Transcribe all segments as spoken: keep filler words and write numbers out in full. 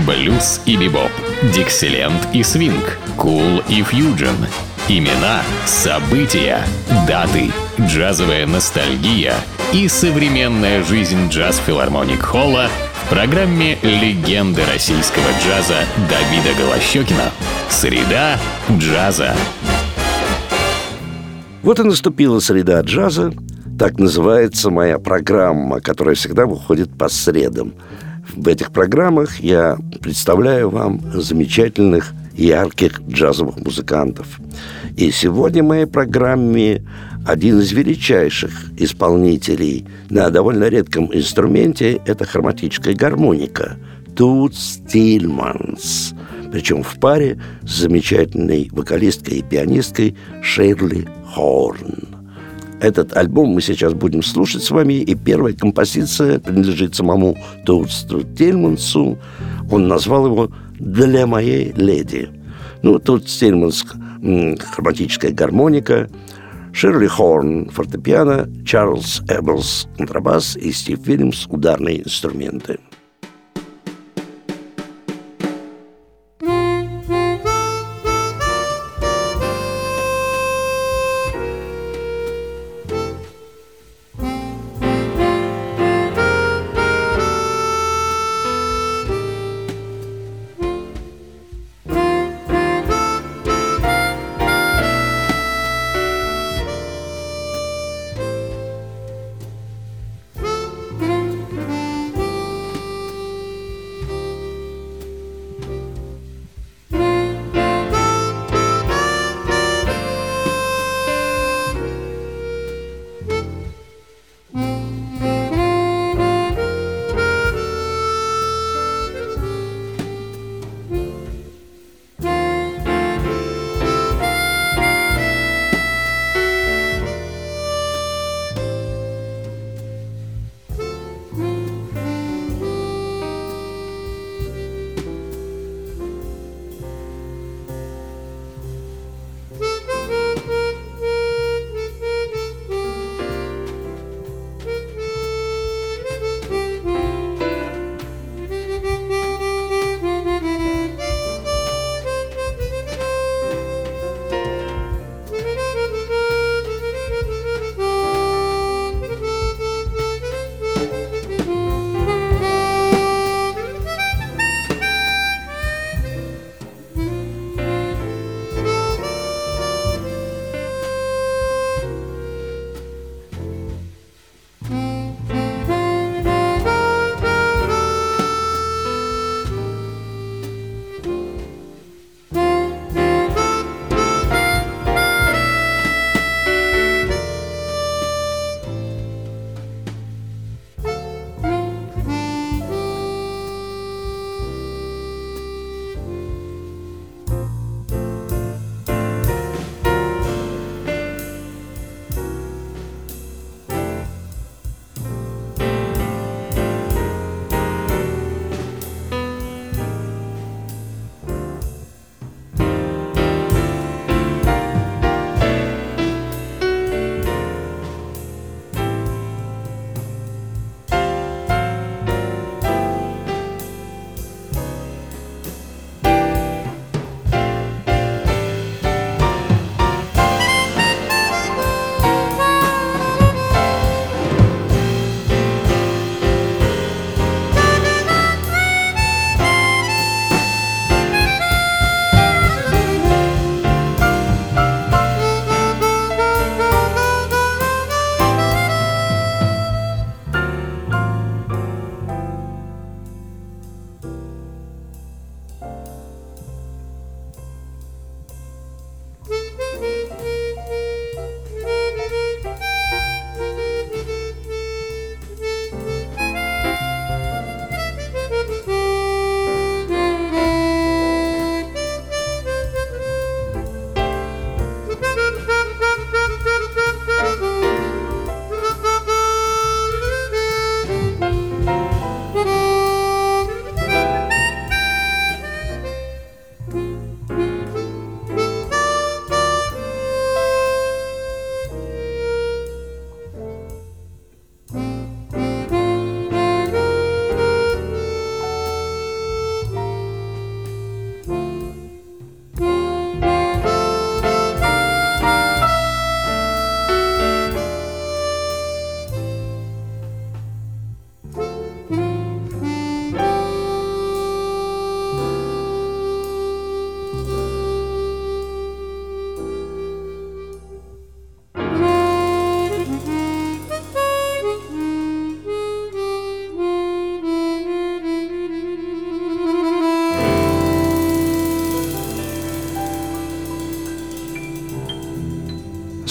Блюз и бибоп, диксиленд и свинг, кул и фьюджен. Имена, события, даты, джазовая ностальгия и современная жизнь джаз-филармоник Холла в программе «Легенды российского джаза» Давида Голощёкина. Среда джаза. Вот и наступила среда джаза. Так называется моя программа, которая всегда выходит по средам. В этих программах я представляю вам замечательных, ярких джазовых музыкантов. И сегодня в моей программе один из величайших исполнителей на довольно редком инструменте – это хроматическая гармоника Тутс Тильманс. Причем в паре с замечательной вокалисткой и пианисткой Шерли Хорн. Этот альбом мы сейчас будем слушать с вами, и первая композиция принадлежит самому Тутсу Тильмансу. Он назвал его «Для моей леди». Ну, Тутс Тильманс – хроматическая гармоника, Шерли Хорн – фортепиано, Чарльз Эбблс – контрабас и Стив Вильямс – ударные инструменты.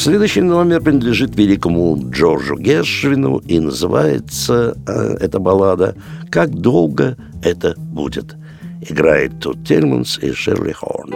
Следующий номер принадлежит великому Джорджу Гершвину, и называется э, эта баллада «Как долго это будет». Играет тут Тельманс и Шерли Хорн.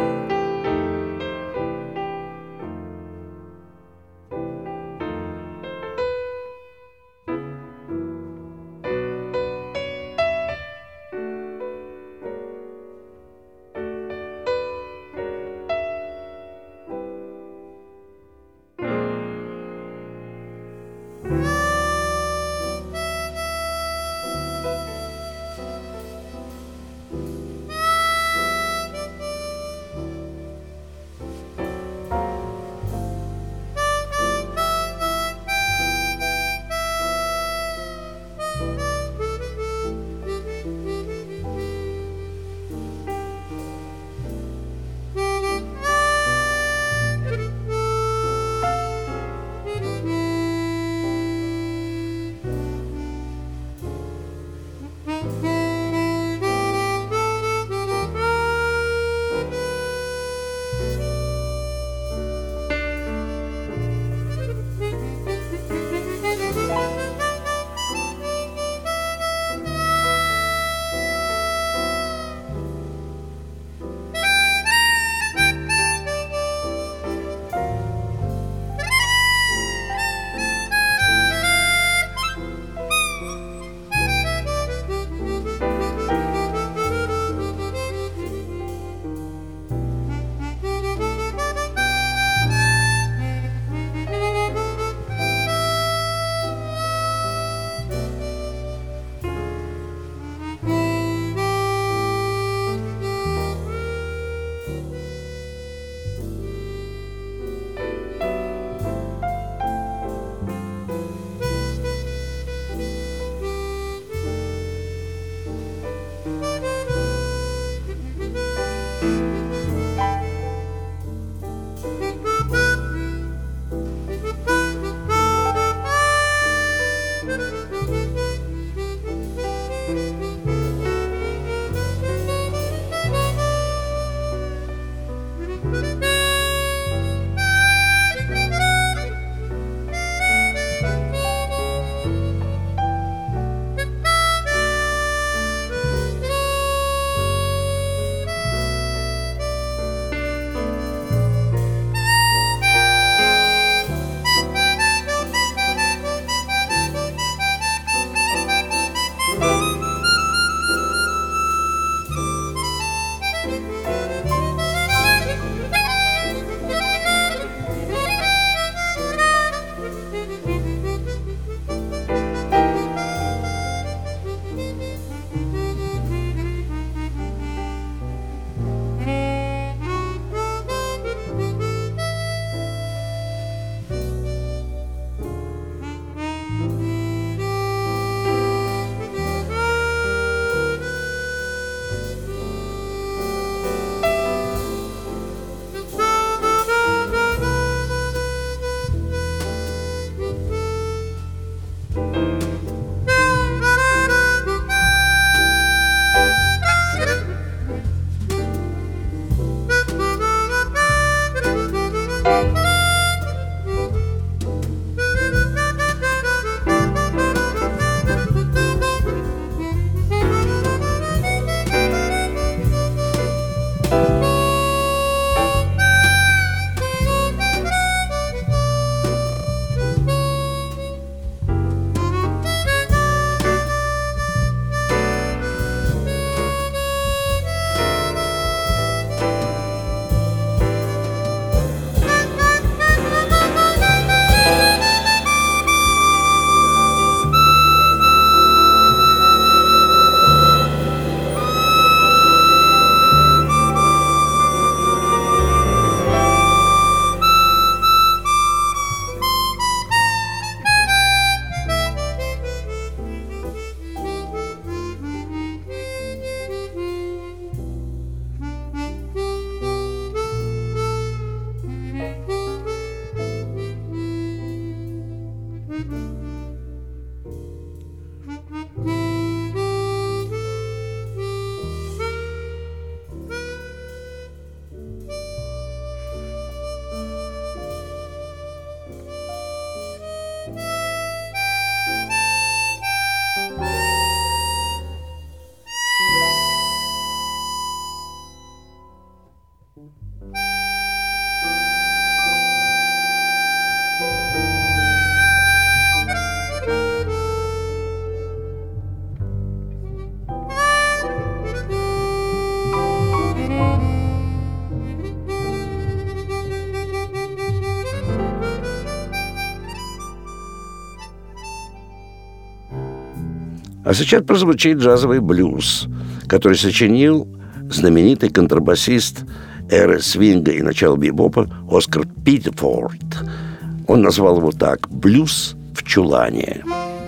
А сейчас прозвучит джазовый блюз, который сочинил знаменитый контрабасист эры свинга и начала бибопа Оскар Питтифорд. Он назвал его так: «Блюз в чулане».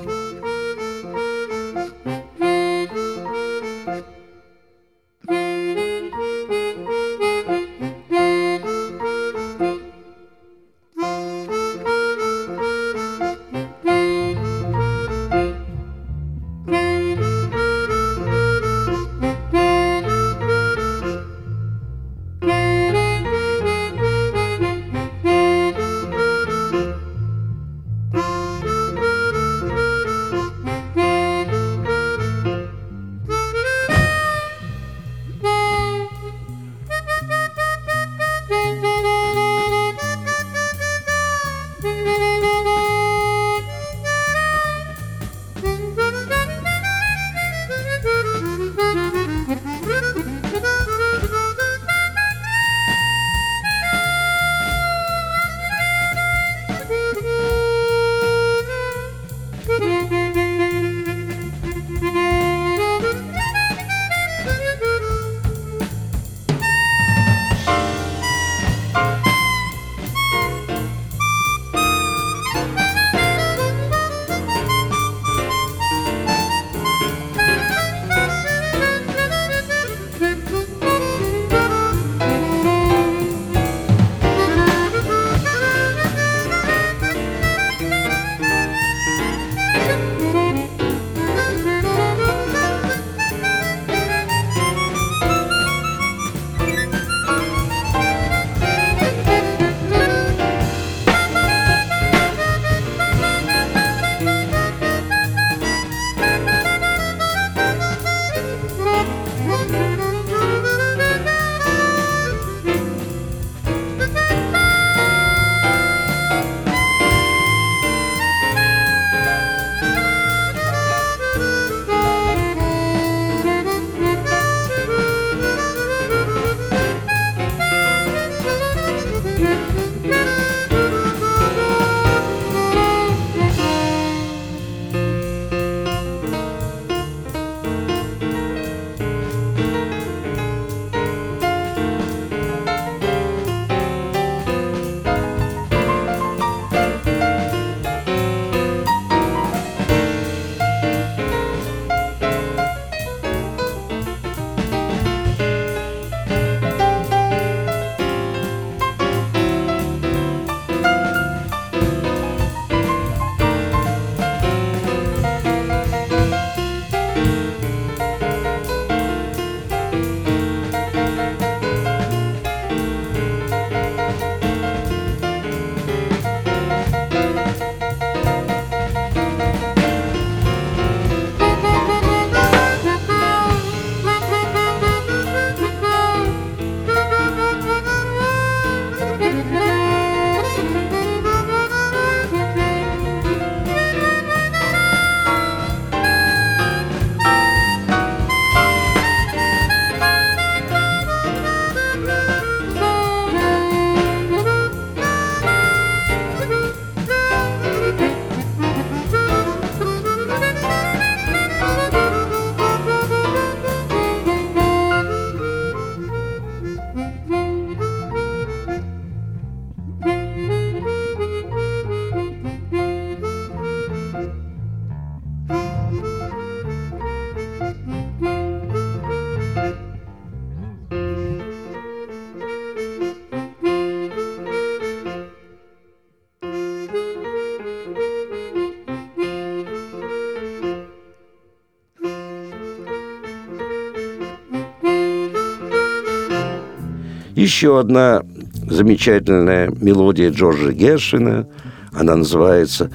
Еще одна замечательная мелодия Джорджа Гершвина. Она называется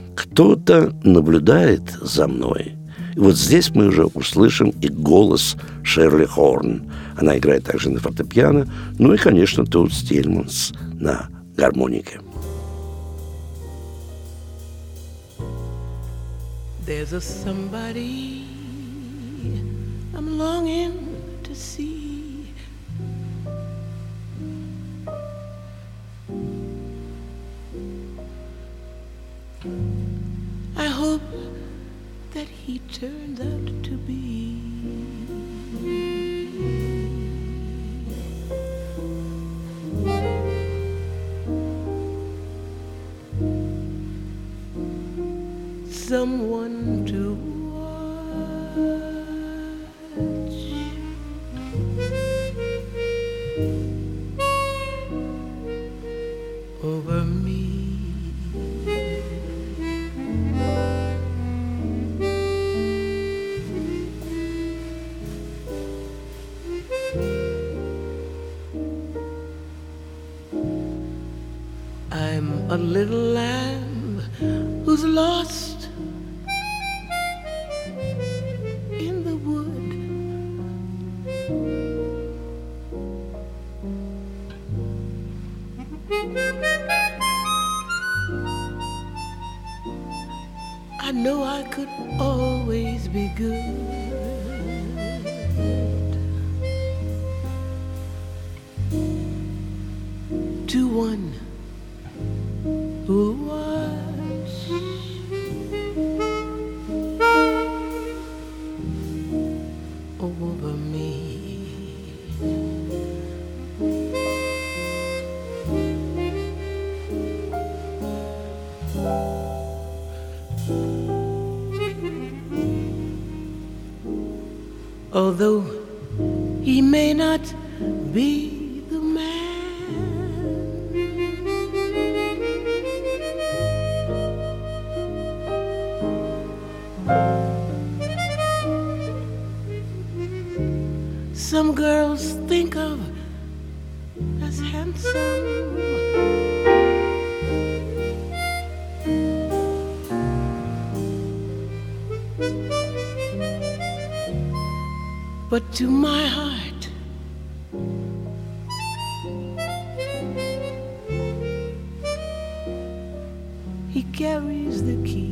«Кто-то наблюдает за мной». И вот здесь мы уже услышим и голос Шерли Хорн. Она играет также на фортепиано. Ну и, конечно, Тутс Тиллманс на гармонике. There's a somebody I'm longing to see. I hope that he turns out to be. Someone to watch over me. I'm a little lamb who's lost in the wood. I know I could always be good to one who'll watch over me. Although he may not be the man some girls think of as handsome, but to my heart he carries the key.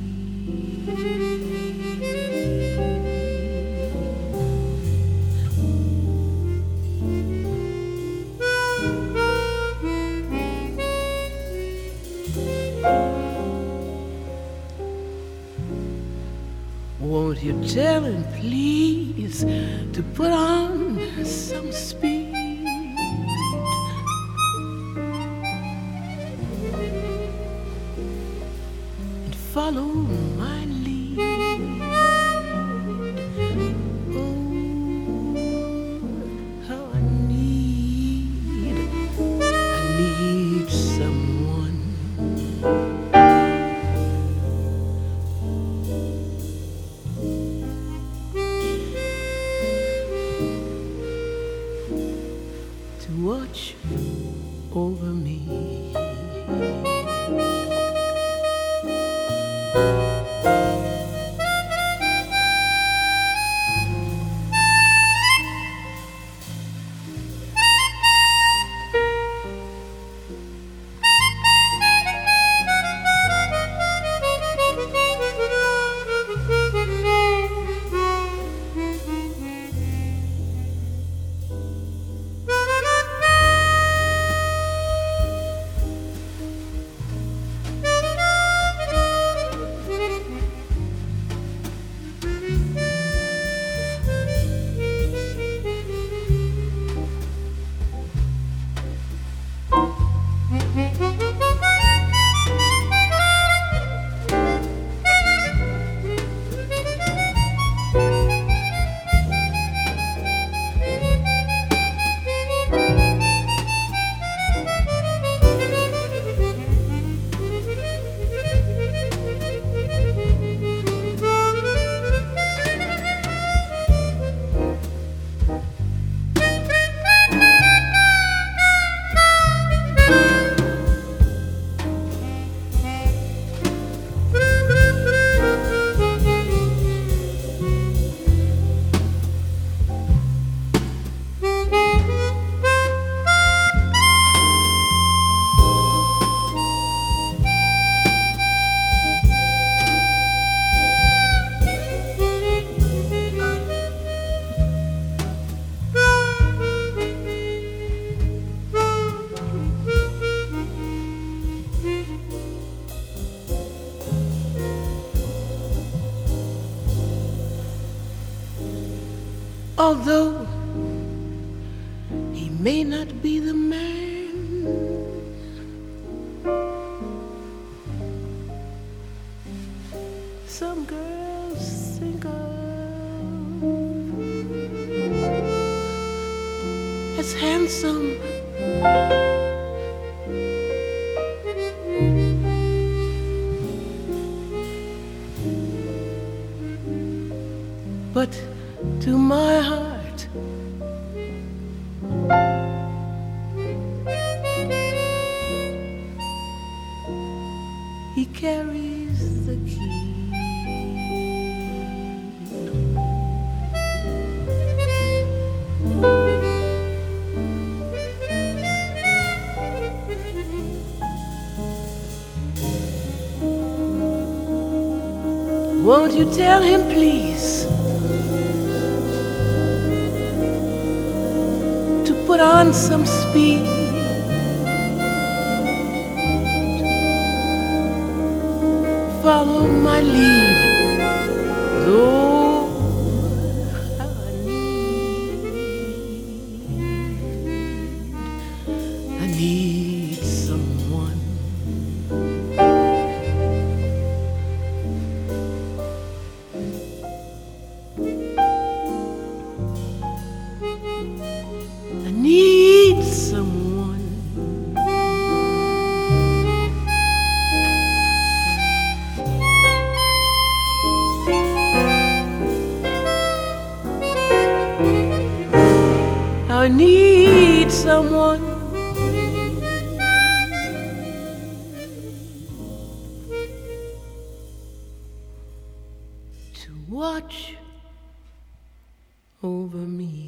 Won't you tell him, please, to put on some speed and follow my lead? Oh, how I need, I need someone to watch over me. although he may not be the man some girls think of as handsome. But to my heart, he carries the key. Won't you tell him, please, to put on some speed? Follow my lead, though I need, I need someone. I need someone. I need someone to watch over me.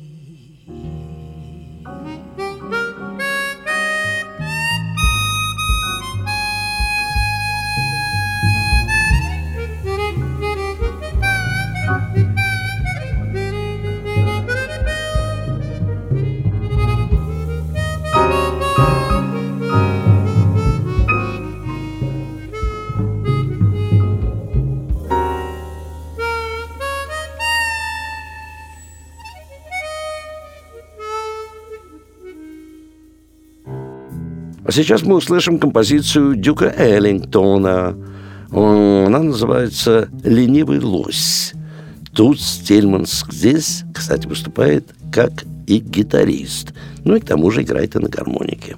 А сейчас мы услышим композицию Дюка Эллингтона. Она называется «Ленивый лось». Тут Тельманс здесь, кстати, выступает как и гитарист. Ну и к тому же играет и на гармонике.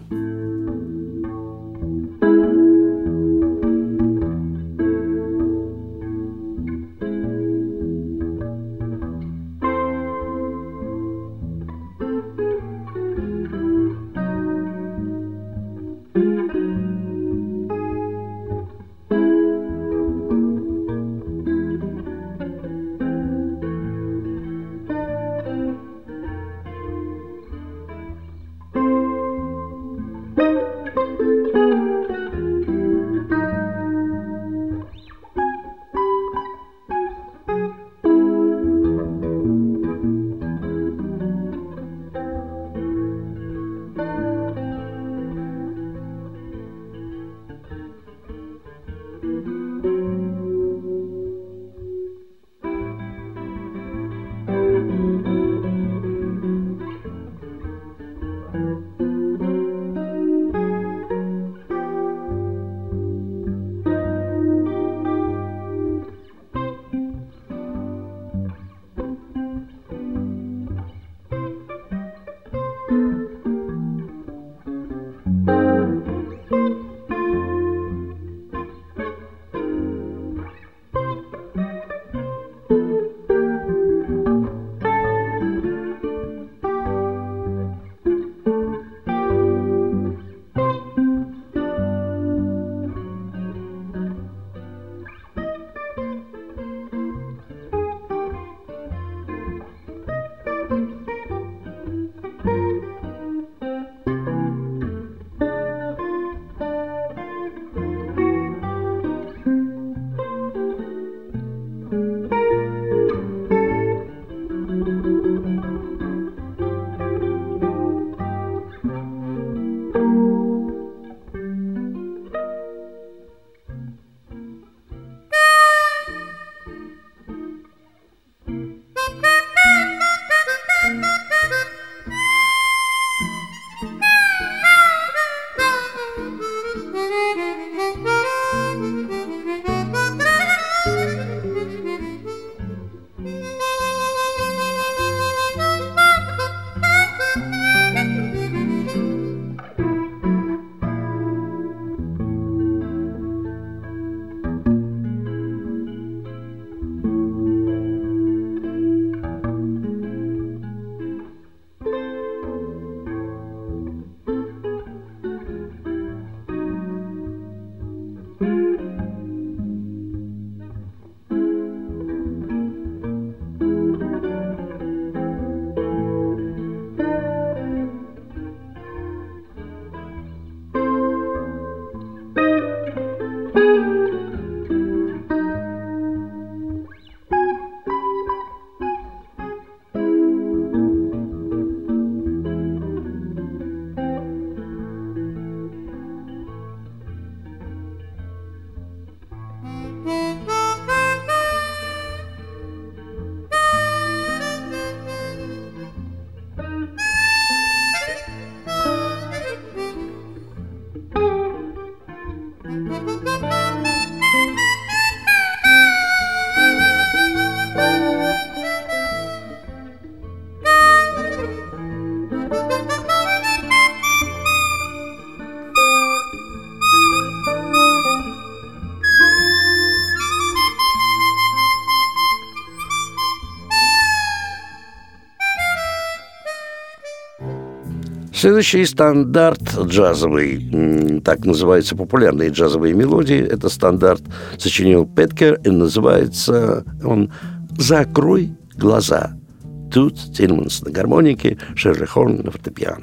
Следующий стандарт джазовый, так называются популярные джазовые мелодии. Это стандарт сочинил Петкер, и называется он «Закрой глаза». Тут Тильманс на гармонике, Шерли Хорн на фортепиано.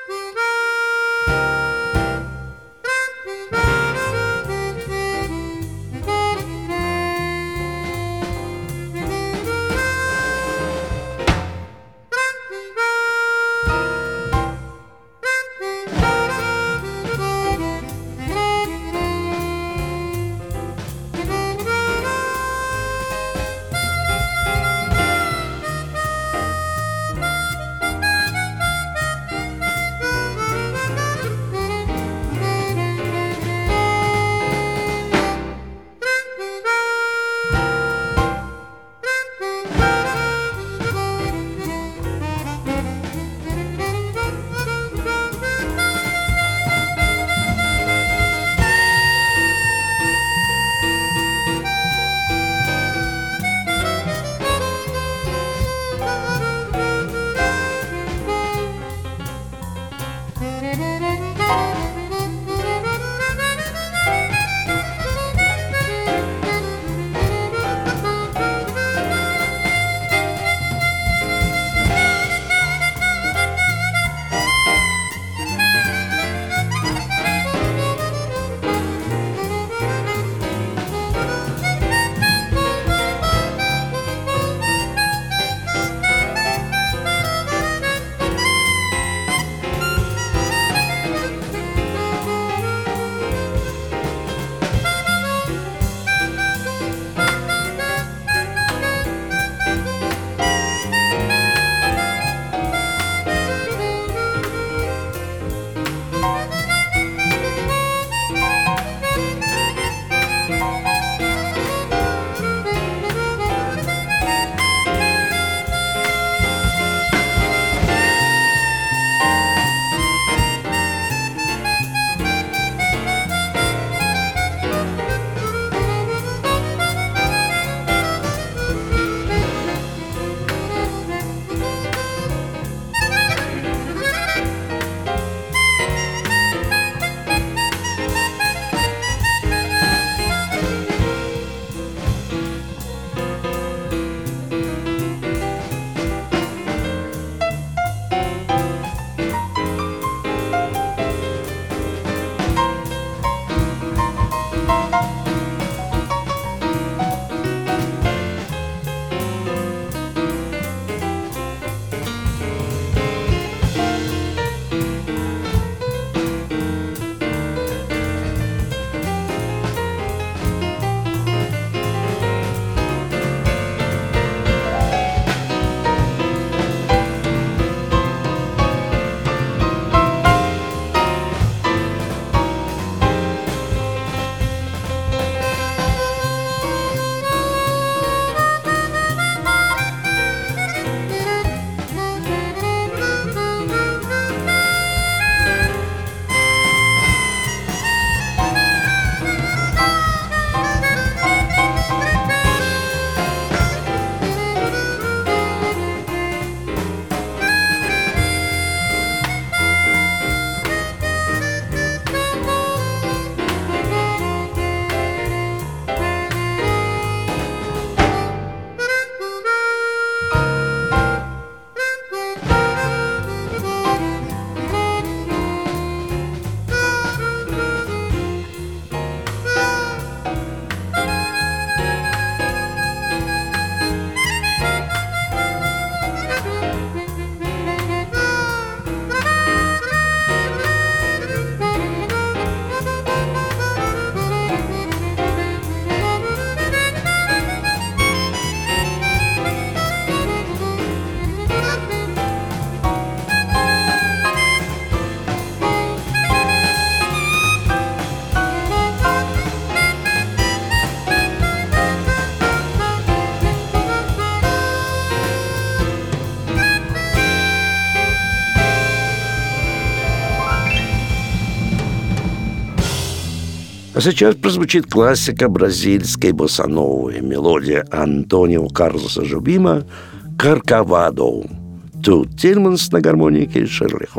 А сейчас прозвучит классика бразильской боссановой, мелодия Антонио Карлоса Жобима «Каркавадо». Тут Тильманс на гармонике, Шерли Хорн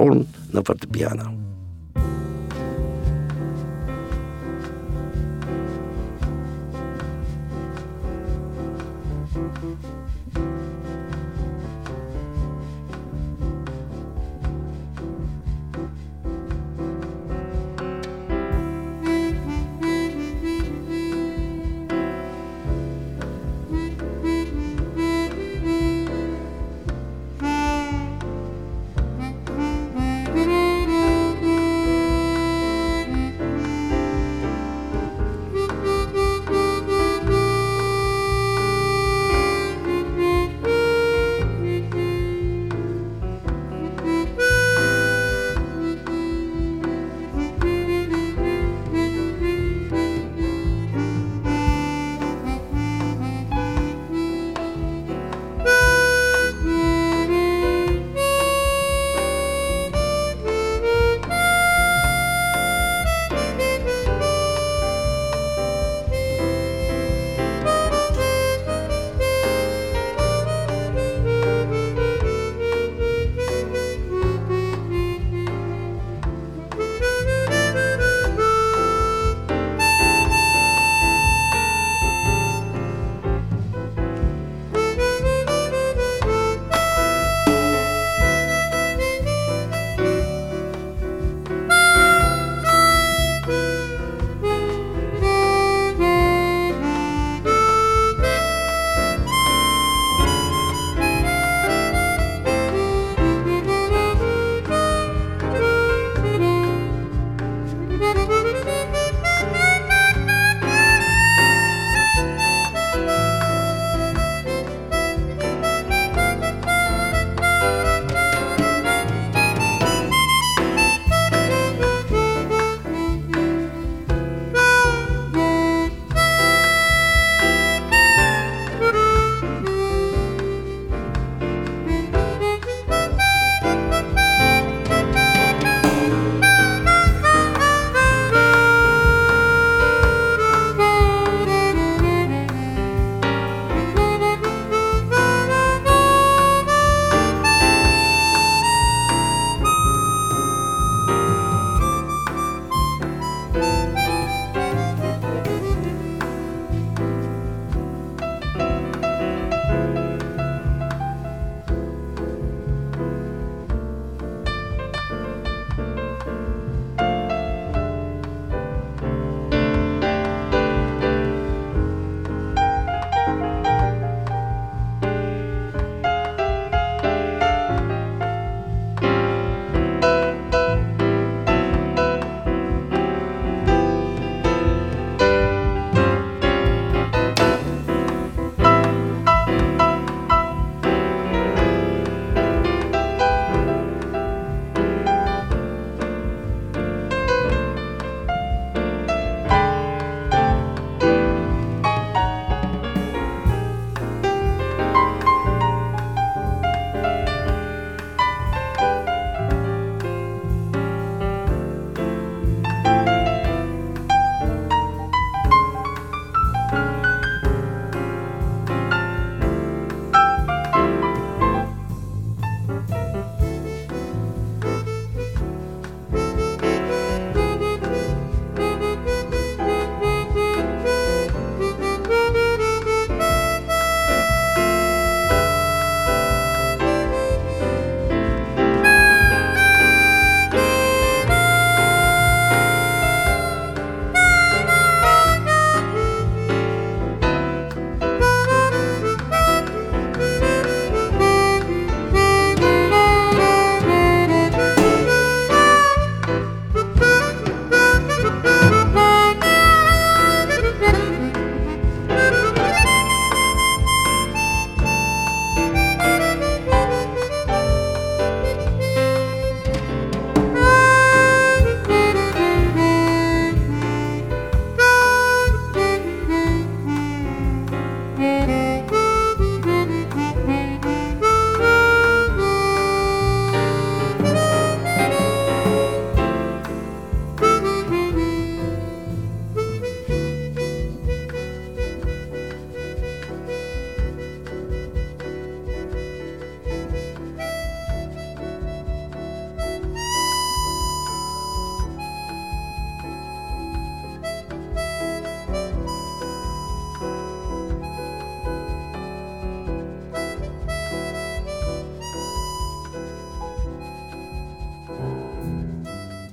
на фортепиано.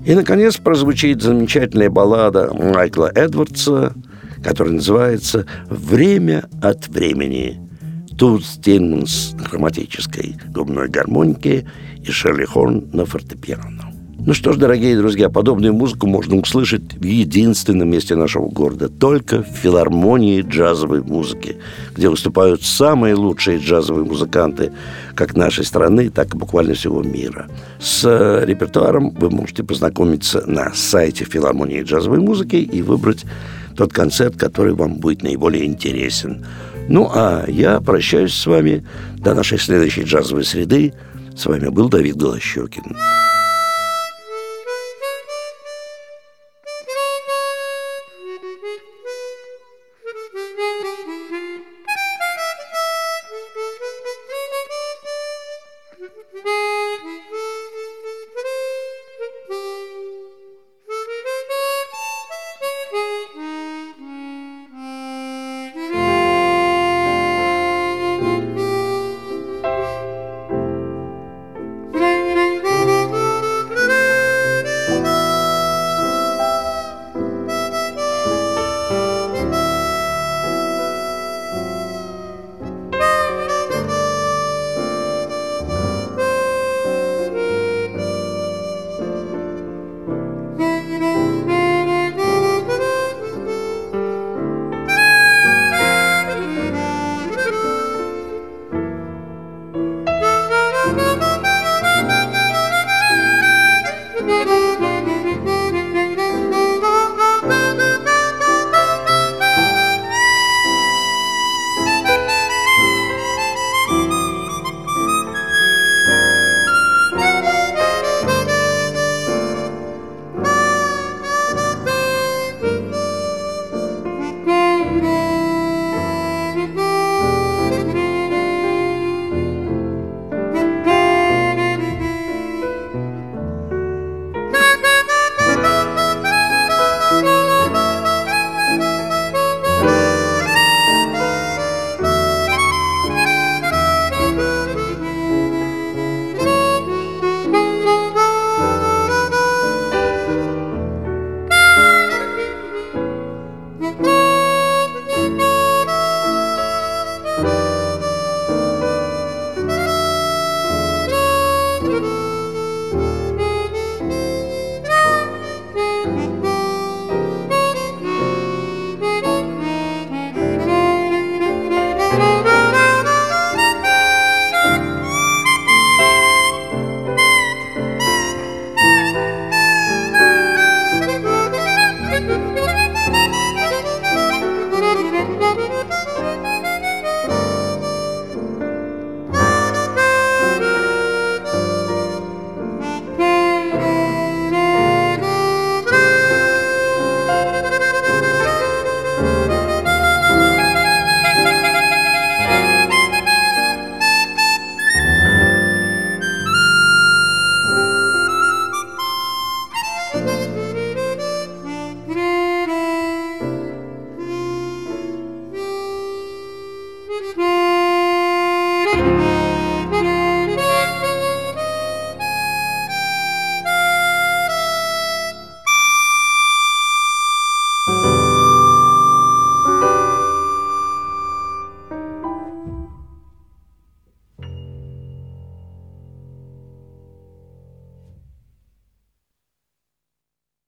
И, наконец, прозвучит замечательная баллада Майкла Эдвардса, которая называется «Время от времени». Тут Стинманс на хроматической губной гармонике и Шерли Хорн на фортепиано. Ну что ж, дорогие друзья, подобную музыку можно услышать в единственном месте нашего города, только в филармонии джазовой музыки, где выступают самые лучшие джазовые музыканты как нашей страны, так и буквально всего мира. С репертуаром вы можете познакомиться на сайте филармонии джазовой музыки и выбрать тот концерт, который вам будет наиболее интересен. Ну, а я прощаюсь с вами до нашей следующей джазовой среды. С вами был Давид Голощёкин.